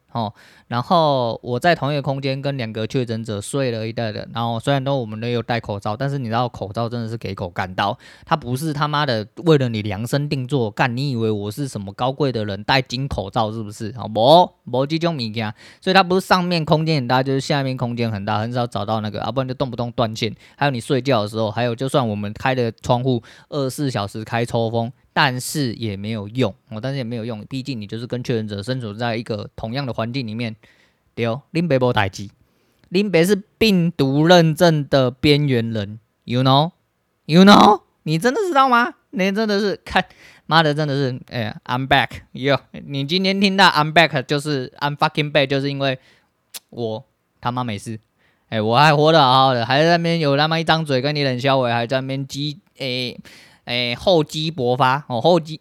哦，然后我在同一个空间跟两个确诊者睡了一代的，然后虽然都我们都有戴口罩，但是你知道口罩真的是给狗干到，它不是他妈的为了你量身定做，干你以为我是什么高贵的人戴金口罩是不是？好，没没这种物件，所以它不是上面空间很大，就是下面空间很大，很少找到那个，要、啊、不然就动不动断线。还有你睡觉的时候，还有就算我们开的窗户二十四小时开抽风。但是也没有用，哦，但是也没有用，毕竟你就是跟确诊者身处在一个同样的环境里面，对哦，林北没代志，林北是病毒认证的边缘人 ，you know，you know， 你真的知道吗？你真的是看，妈的，真的是，哎、欸、，I'm back，yo， 你今天听到 I'm back 就是 I'm fucking back， 就是因为我他妈没事，哎、欸，我还活得好好的，还在那边有他妈一张嘴跟你冷笑话，还在那边鸡，哎、欸。哎，厚积薄发哦，厚积，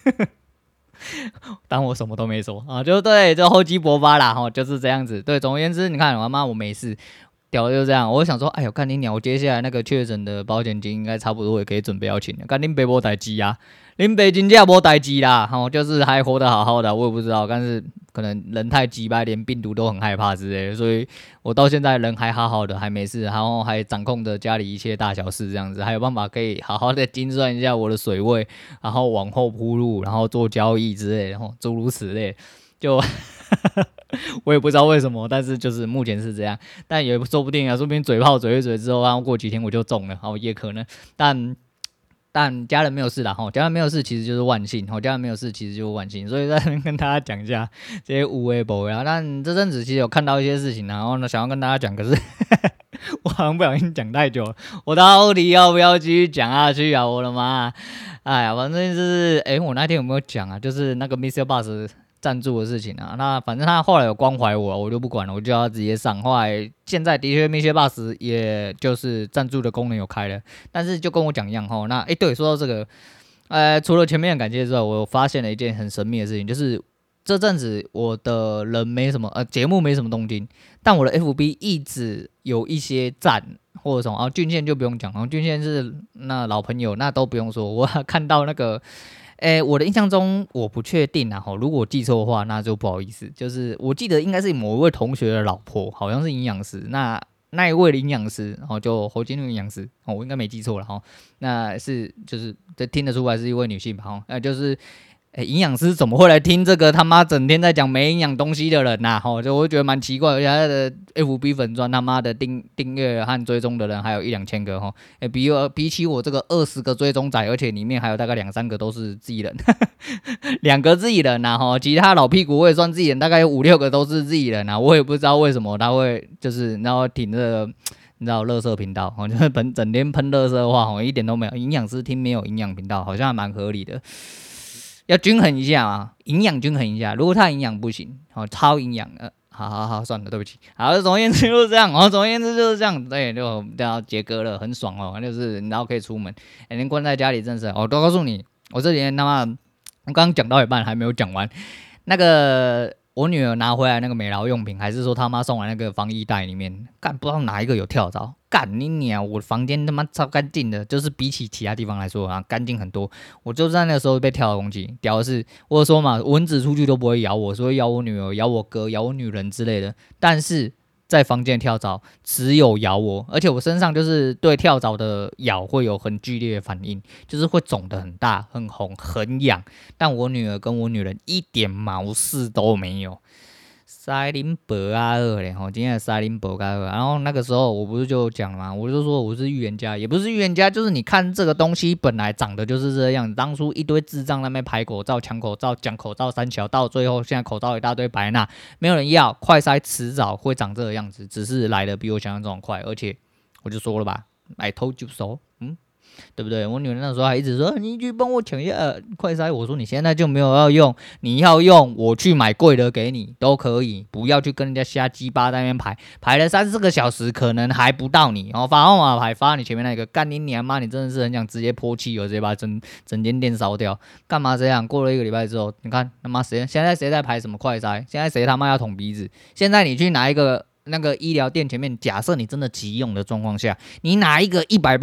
当我什么都没说啊，就对，就厚积薄发啦，哈、哦，就是这样子。对，总而言之，你看，我妈我没事，屌的就这样。我想说，哎呦，看你鸟，接下来那个确诊的保险金应该差不多也可以准备要请了。看恁爸无代志啊，恁爸真正无代志啦，哦，就是还活得好好的，我也不知道，但是可能人太鸡掰，连病毒都很害怕之类的，所以我到现在人还好好的，还没事，然后还掌控着家里一切大小事这样子，还有办法可以好好的精算一下我的水位，然后往后铺路，然后做交易之类的，然后诸如此类，就我也不知道为什么，但是就是目前是这样，但也说不定啊，说不定嘴炮嘴一嘴之后，然后过几天我就中了，好也可能，但。但家人没有事啦，吼，家人没有事其实就是万幸，吼，家人没有事其实就是万幸，所以在这边跟大家讲一下这些有的没的啊。但这阵子其实有看到一些事情，然后呢想要跟大家讲，可是我好像不小心讲太久了，我到底要不要继续讲下去啊？我的妈！哎呀，反正就是，哎、欸，我那天有没有讲啊？就是那个 MixerBox 赞助的事情啊，那反正他后来有关怀我，我就不管了，我就要直接上。后来现在的确 MixerBox 也就是赞助的功能有开了，但是就跟我讲一样吼，那哎、欸、对，说到这个，呃，除了前面的感谢之外，我发现了一件很神秘的事情，就是这阵子我的人没什么，呃，节目没什么动静，但我的 F B 一直有一些赞或者什么，啊，俊宪就不用讲，啊，俊宪是那老朋友，那都不用说，我看到那个。诶，我的印象中我不确定啊，如果我记错的话，那就不好意思。就是我记得应该是某一位同学的老婆，好像是营养师。那那一位的营养师，然后就侯金玉营养师，哦，我应该没记错了哈。那是就是这听得出来是一位女性吧？哈，那就是。哎，营养师怎么会来听这个他妈整天在讲没营养东西的人呐、啊？吼，就我会觉得蛮奇怪，而且他的 F B 粉专他妈的订订阅和追踪的人还有一两千个哈，哎，比我比起我这个二十个追踪仔，而且里面还有大概两三个都是自己人，两个自己人呐、啊、哈，其他老屁股我也算自己人，大概有五六个都是自己人啊，我也不知道为什么他会就是然后挺这个。你知道垃圾频道，就是喷整天喷垃圾的话，一点都没有。营养师听没有营养频道，好像还蛮合理的。要均衡一下啊，营养均衡一下。如果它营养不行，哦，超营养，呃，好好好，算了，对不起。好，总而言之就是这样，哦，总而言之就是这样，对，就这样结歌了，很爽哦，就是然后可以出门，哎，能关在家里真是，我、哦、都告诉你，我这几天他妈，我刚刚讲到一半还没有讲完，那个。我女儿拿回来那个美劳用品，还是说他妈送来那个防疫袋里面，干不知道哪一个有跳蚤，干你娘！我房间他妈超干净的，就是比起其他地方来说啊，干净很多。我就在那个时候被跳蚤攻击，屌的是，我有说嘛，蚊子出去都不会咬我，所以咬我女儿、咬我哥、咬我女人之类的，但是。在房间跳蚤只有咬我，而且我身上就是对跳蚤的咬会有很剧烈的反应，就是会肿得很大、很红、很痒。但我女儿跟我女人一点毛事都没有。塞林伯啊二嘞，吼，今天的塞林伯啊二。然后那个时候我不是就讲了嘛，我就说我是预言家，也不是预言家，就是你看这个东西本来长得就是这样，当初一堆智障那边排口罩、抢口罩、讲口罩三小，到最后现在口罩一大堆白那，没有人要，快筛迟早会长这个样子，只是来的比我想象中快，而且我就说了吧 ，I told you so， 嗯。对不对？我女儿那时候还一直说你去帮我抢一下、呃、快筛，我说你现在就没有要用，你要用我去买贵的给你都可以，不要去跟人家瞎鸡巴在那边排，排了三四个小时可能还不到你，然后发号码牌发你前面那个，干你娘妈！你真的是很想直接泼汽油，直接把整整间店烧掉，干嘛这样？过了一个礼拜之后，你看他妈谁现在谁在排什么快筛？现在谁他妈要捅鼻子？现在你去拿一个那个医疗店前面，假设你真的急用的状况下，你拿一个一百八。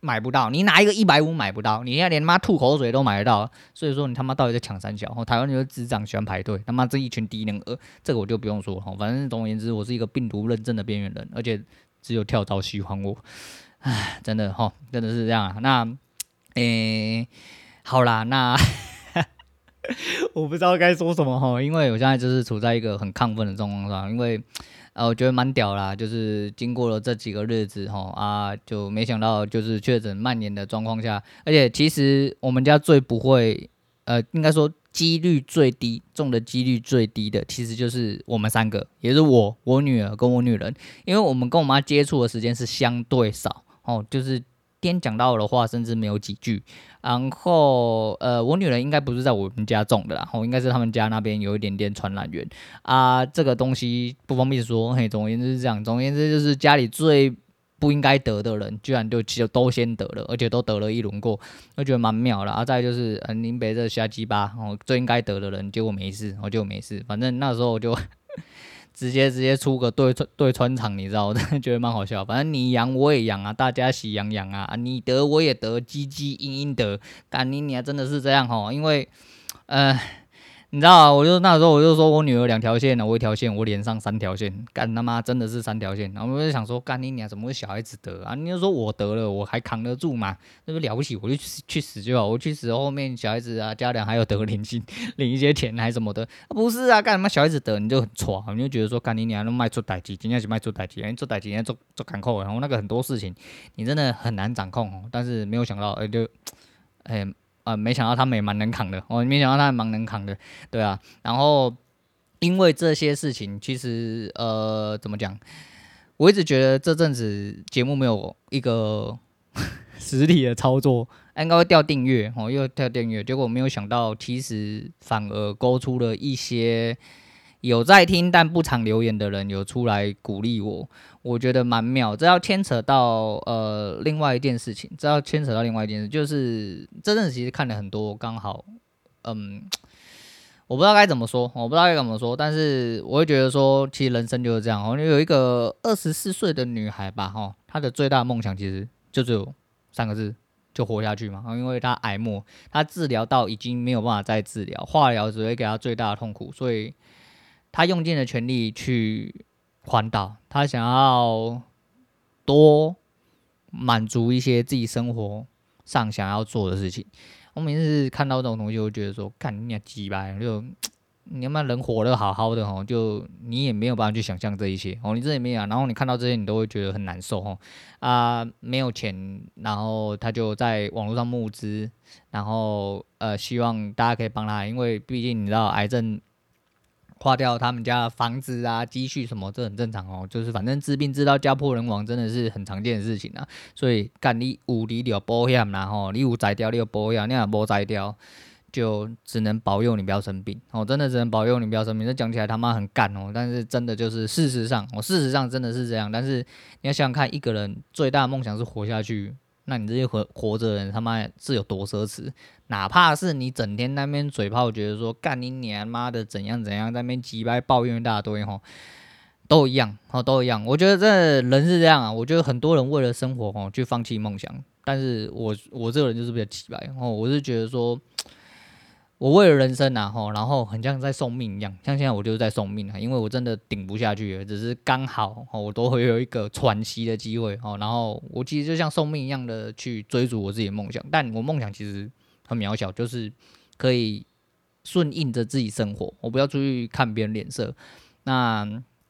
买不到，你拿一个一百五买不到，你现在连妈吐口水都买得到，所以说你他妈到底在抢三小？哦，台湾就是智障喜欢排队，他妈这一群低能儿，这个我就不用说了。反正总而言之，我是一个病毒认证的边缘人，而且只有跳蚤喜欢我。唉，真的哈，真的是这样啊。那，诶，好啦，那我不知道该说什么哈，因为我现在就是处在一个很亢奋的状况上，因为。呃，我觉得蛮屌啦，就是经过了这几个日子吼啊，就没想到就是确诊蔓延的状况下，而且其实我们家最不会，呃，应该说几率最低，中的几率最低的，其实就是我们三个，也是我、我女儿跟我女人，因为我们跟我妈接触的时间是相对少哦，就是今天讲到的话，甚至没有几句。然后，呃，我女人应该不是在我们家种的啦，哦，应该是他们家那边有一点点传染源啊。这个东西不方便说，嘿，总而言之是这样。总而言之就是家里最不应该得的人，居然就就都先得了，而且都得了一轮过，我觉得蛮妙的啊。再来就是，呃，林北这瞎鸡巴，哦，最应该得的人，结果没事，我就没事。反正那时候我就。直接直接出个对对穿场，你知道，我真的觉得蛮好笑。反正你阳我也阳啊，大家喜洋洋啊，你得我也得，鸡鸡阴阴得，干你你还真的是这样吼，因为，呃。你知道啊，我就那时候我就说我女儿两条线呢，我一条线，我脸上三条线，干他妈真的是三条线。然后我就想说，干你娘，怎么会小孩子得啊？你就说我得了，我还扛得住嘛？那不了不起，我就去去死就好，我去死后面小孩子啊，家人还有得领薪领一些钱还什么的，啊、不是啊，干他妈小孩子得你就很挫，你就觉得说干你娘都卖出代志，今天是卖出代志，哎，做代志今天做做坎扣，然后那个很多事情你真的很难掌控哦。但是没有想到，哎、欸、就，哎、欸。呃，没想到他们也蛮能扛的，我、哦、没想到他们蛮能扛的，对啊。然后因为这些事情，其实呃，怎么讲？我一直觉得这阵子节目没有一个实体的操作，应该会掉订阅哦，又掉订阅。结果没有想到，其实反而勾出了一些有在听但不常留言的人有出来鼓励我，我觉得蛮妙。这要牵扯到呃另外一件事情，这要牵扯到另外一件事，就是这阵子其实看了很多，刚好嗯。我不知道该怎么说，我不知道该怎么说，但是我会觉得说，其实人生就是这样哦。有一个二十四岁的女孩吧，哈，她的最大梦想其实就只有三个字，就活下去嘛。因为她癌末，她治疗到已经没有办法再治疗，化疗只会给她最大的痛苦，所以她用尽了全力去环岛，她想要多满足一些自己生活上想要做的事情。我每次看到这种东西，我就觉得说，干你娘鸡巴，就你他妈人活得好好的吼，就你也没有办法去想象这一些哦，你这也没有，然后你看到这些，你都会觉得很难受吼啊，没有钱，然后他就在网络上募资，然后呃，希望大家可以帮他，因为毕竟你知道癌症。花掉他们家的房子啊、积蓄什么，这很正常哦。就是反正治病治到家破人亡，真的是很常见的事情啊。所以干你有你就保险啦吼，你有摘掉你就保险，你若无摘掉，就只能保佑你不要生病哦。真的只能保佑你不要生病。这讲起来他妈很干哦，但是真的就是事实上，哦，事实上真的是这样。但是你要想想看，一个人最大的梦想是活下去。那你这些活活着的人他妈是有多奢侈？哪怕是你整天那边嘴炮，觉得说干你娘妈的怎样怎样，在那边鸡掰抱怨一大堆吼，都一样哦，都一样。我觉得这人是这样啊，我觉得很多人为了生活哦去放弃梦想，但是我我这个人就是比较鸡掰哦，我是觉得说。我为了人生啊，吼，然后很像在送命一样，像现在我就是在送命啊，因为我真的顶不下去了，只是刚好我都会有一个喘息的机会哦，然后我其实就像送命一样的去追逐我自己的梦想，但我梦想其实很渺小，就是可以顺应着自己生活，我不要出去看别人脸色。那，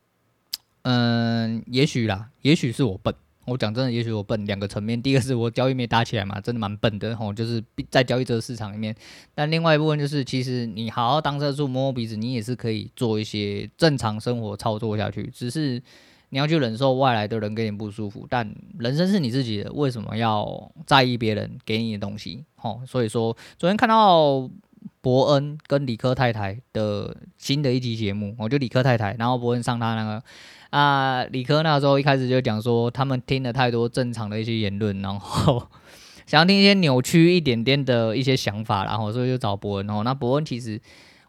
嗯，也许啦，也许是我笨。我讲真的，也许我笨两个层面。第一个是我交易没打起来嘛，真的蛮笨的吼，就是在交易这个市场里面。但另外一部分就是，其实你好好当车主摸摸鼻子，你也是可以做一些正常生活操作下去。只是你要去忍受外来的人给你不舒服，但人生是你自己的，为什么要在意别人给你的东西？吼，所以说昨天看到伯恩跟理科太太的新的一集节目，我就理科太太，然后伯恩上他那个。啊，理科那时候一开始就讲说，他们听了太多正常的一些言论，然后想要听一些扭曲一点点的一些想法，然后所以就找伯恩。哦，那伯恩其实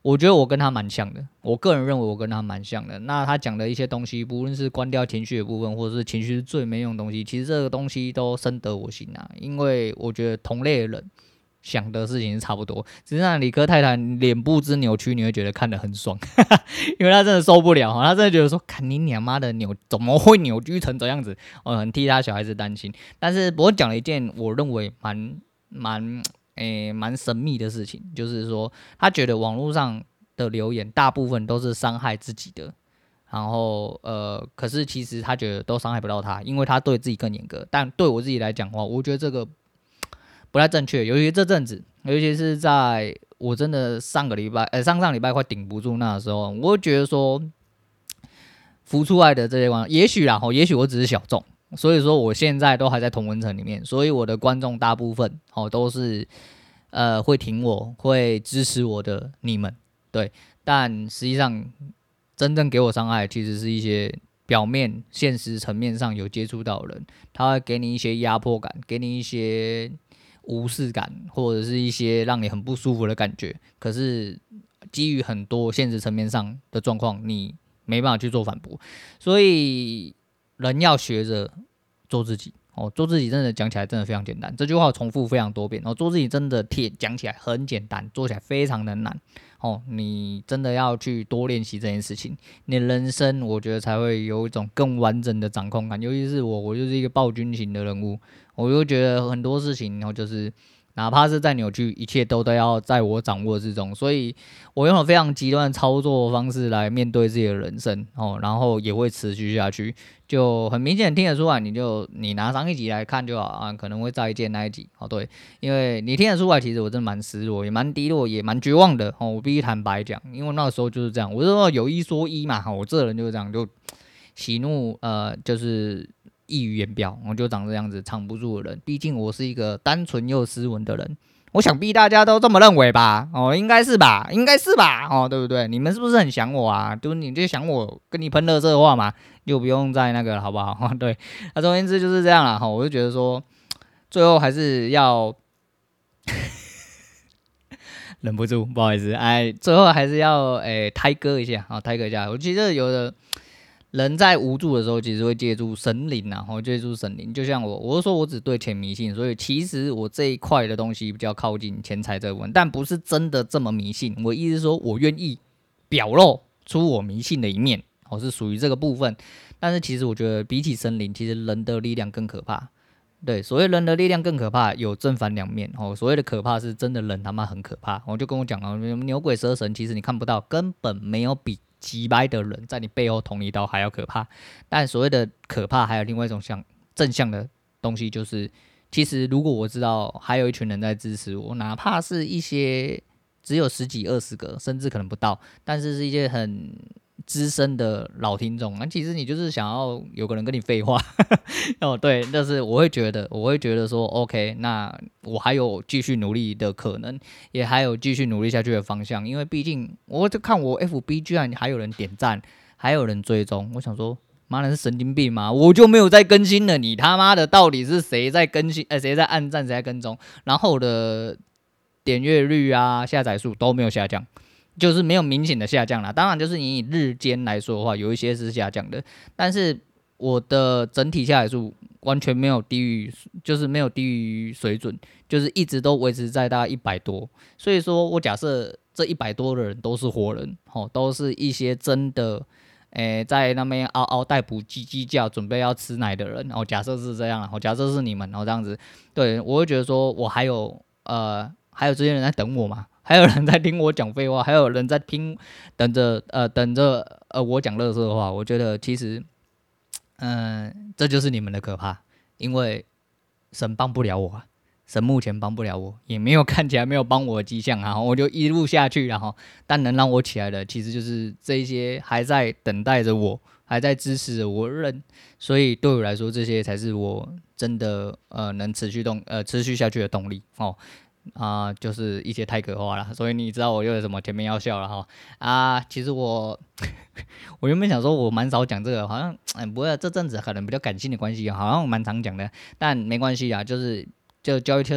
我觉得我跟他蛮像的，我个人认为我跟他蛮像的。那他讲的一些东西，不论是关掉情绪的部分，或者是情绪是最没用的东西，其实这个东西都深得我心啊。因为我觉得同类的人想的事情是差不多，只是让理科太太脸部之扭曲，你会觉得看得很爽，因为他真的受不了，他真的觉得说，看你娘妈的扭怎么会扭曲成这样子，我很替他小孩子担心。但是我讲了一件我认为蛮蛮。诶，蛮神秘的事情，就是说，他觉得网络上的留言大部分都是伤害自己的，然后呃，可是其实他觉得都伤害不到他，因为他对自己更严格。但对我自己来讲的话，我觉得这个不太正确，尤其这阵子，尤其是在我真的上个礼拜，呃，上上礼拜快顶不住那的时候，我会觉得说，浮出来的这些观众，也许啦，也许我只是小众。所以说，我现在都还在同温层里面，所以我的观众大部分哦都是呃会挺我、会支持我的你们，对。但实际上，真正给我伤害，其实是一些表面、现实层面上有接触到的人，他会给你一些压迫感，给你一些无视感，或者是一些让你很不舒服的感觉。可是基于很多现实层面上的状况，你没办法去做反驳，所以。人要学着做自己哦，做自己真的讲起来真的非常简单，这句话我重复非常多遍哦。做自己真的贴讲起来很简单，做起来非常的难哦。你真的要去多练习这件事情，你的人生我觉得才会有一种更完整的掌控感。尤其是我，我就是一个暴君型的人物，我就觉得很多事情，然后就是哪怕是再扭曲，一切都都要在我掌握之中。所以我用了非常极端的操作方式来面对自己的人生哦，然后也会持续下去。就很明显听得出来，你就你拿上一集来看就好啊，可能会再见那一集哦。对，因为你听得出来，其实我真的蛮失落，也蛮低落，也蛮绝望的哦。我必须坦白讲，因为那个时候就是这样，我就说有一说一嘛，我这个人就是这样，就喜怒呃就是溢于言表，我就长这样子藏不住的人。毕竟我是一个单纯又斯文的人。我想必大家都这么认为吧？哦，应该是吧，应该是吧？哦，对不对？你们是不是很想我啊？就是你就想我跟你喷垃圾话嘛，就不用再那个了，好不好？对，那总而言之就是这样啦。哈，我就觉得说，最后还是要忍不住，不好意思，哎，最后还是要哎胎歌一下，好，胎歌一下。我记得有的。人在无助的时候，其实会借助神灵啊，或借助神灵。就像我，我是说我只对钱迷信，所以其实我这一块的东西比较靠近钱财这部分，但不是真的这么迷信。我意思是说，我愿意表露出我迷信的一面，我是属于这个部分。但是其实我觉得，比起神灵，其实人的力量更可怕。对，所谓人的力量更可怕，有正反两面哦。所谓的可怕是真的人他妈很可怕，我就跟我讲了，牛鬼蛇神其实你看不到，根本没有比。击败的人在你背后捅一刀还要可怕，但所谓的可怕还有另外一种像正向的东西，就是其实如果我知道还有一群人在支持我，哪怕是一些只有十几二十个，甚至可能不到，但是是一些很资深的老听众，那其实你就是想要有个人跟你废话哦，对，但是我会觉得，我会觉得说 ，OK， 那我还有继续努力的可能，也还有继续努力下去的方向，因为毕竟我就看我 F B 居然还有人点赞，还有人追踪，我想说，妈的是神经病吗？我就没有在更新了，你他妈的到底是谁在更新？呃，谁在按赞，谁在跟踪？然后我的点阅率啊、下载数都没有下降。就是没有明显的下降啦，当然就是你以日间来说的话，有一些是下降的，但是我的整体下载数完全没有低于，就是没有低于水准，就是一直都维持在大概一百多。所以说我假设这一百多的人都是活人，哦，都是一些真的，诶，在那边嗷嗷待哺、叽叽叫，准备要吃奶的人。哦，假设是这样，然后假设是你们，然后这样子，对我会觉得说我还有呃还有这些人在等我嘛。还有人在听我讲废话，还有人在听，等着呃等着呃我讲垃圾的话，我觉得其实，嗯、呃，这就是你们的可怕，因为神帮不了我啊，神目前帮不了我，也没有看起来没有帮我的迹象啊，我就一路下去，然后但能让我起来的，其实就是这一些还在等待着我，还在支持着我的人，所以对我来说，这些才是我真的呃能持续动呃持续下去的动力哦。啊、呃，就是一些太可怕了，所以你知道我又有什么前面要笑了哈啊！其实我我原本想说我蛮少讲这个，好像哎不会，这阵子可能比较感性的关系，好像我蛮常讲的，但没关系啊，就是就教育车，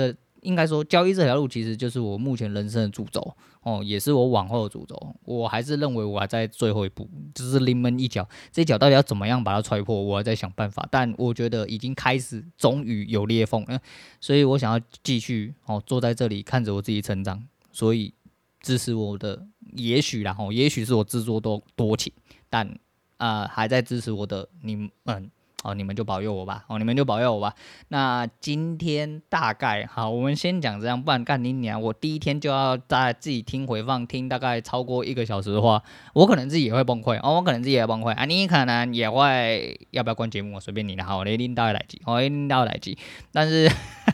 应该说交易这条路其实就是我目前人生的主轴哦，也是我往后的主轴。我还是认为我还在最后一步，就是临门一脚，这一脚到底要怎么样把它踹破，我还在想办法。但我觉得已经开始，终于有裂缝了，所以我想要继续哦坐在这里看着我自己成长。所以支持我的，也许啦哦，也许是我自作多多情，但啊、呃、还在支持我的你们。哦，你们就保佑我吧！哦，你们就保佑我吧。那今天大概好，我们先讲这样，不然干你娘！我第一天就要在自己听回放，听大概超过一个小时的话，我可能自己也会崩溃哦，我可能自己也会崩溃啊，你可能也会要不要关节目？随便你的，好，你领导来记，我领导来记。但是，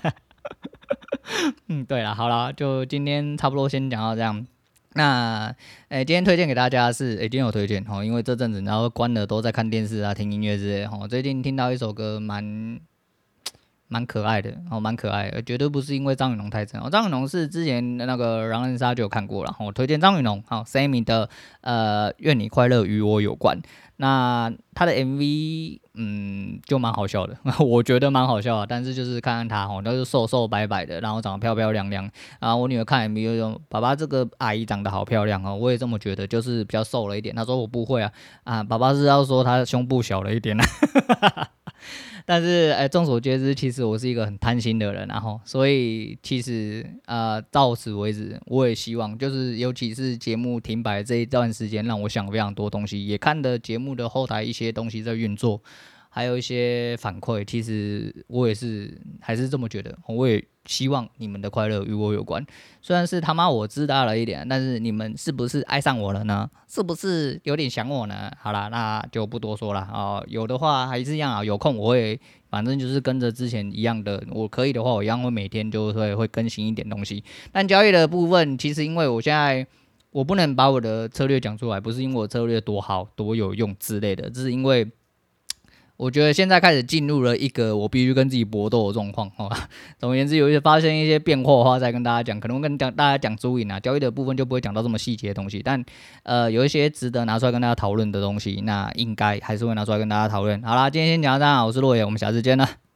嗯，对了，好了，就今天差不多先讲到这样。那，诶，今天推荐给大家的是，诶，今天有推荐哦，因为这阵子然后关了都在看电视啊、听音乐之类的哦。最近听到一首歌蛮蛮可爱的哦，蛮可爱的，绝对不是因为张雨农太真哦。张雨农是之前那个狼人杀就有看过了，我、哦、推荐张雨农好 ，Sammy 的呃《愿你快乐与我有关》。那他的 M V 嗯就蛮好笑的，我觉得蛮好笑的，但是就是看看他哦，都是瘦瘦白白的，然后长得漂漂亮亮。然后我女儿看 M V 就说：“爸爸这个阿姨长得好漂亮哦。”我也这么觉得，就是比较瘦了一点。她说我不会啊，啊，爸爸是要说她胸部小了一点啊。但是，哎，众所皆知，其实我是一个很贪心的人，然后，所以其实，呃，到此为止，我也希望，就是尤其是节目停摆这一段时间，让我想非常多东西，也看的节目的后台一些东西在运作，还有一些反馈，其实我也是还是这么觉得，我也希望你们的快乐与我有关。虽然是他妈我知道了一点，但是你们是不是爱上我了呢？是不是有点想我呢？好啦，那就不多说了啊、哦。有的话还是一样啊，有空我会，反正就是跟着之前一样的，我可以的话，我一样会每天就会会更新一点东西。但交易的部分，其实因为我现在我不能把我的策略讲出来，不是因为我策略多好多有用之类的，这是因为。我觉得现在开始进入了一个我必须跟自己搏斗的状况哦。总而言之，有一些发现一些变化的话，再跟大家讲，可能跟大家讲输赢啊，交易的部分就不会讲到这么细节的东西，但呃，有一些值得拿出来跟大家讨论的东西，那应该还是会拿出来跟大家讨论。好啦，今天先讲到这，我是洛野，我们下次见了。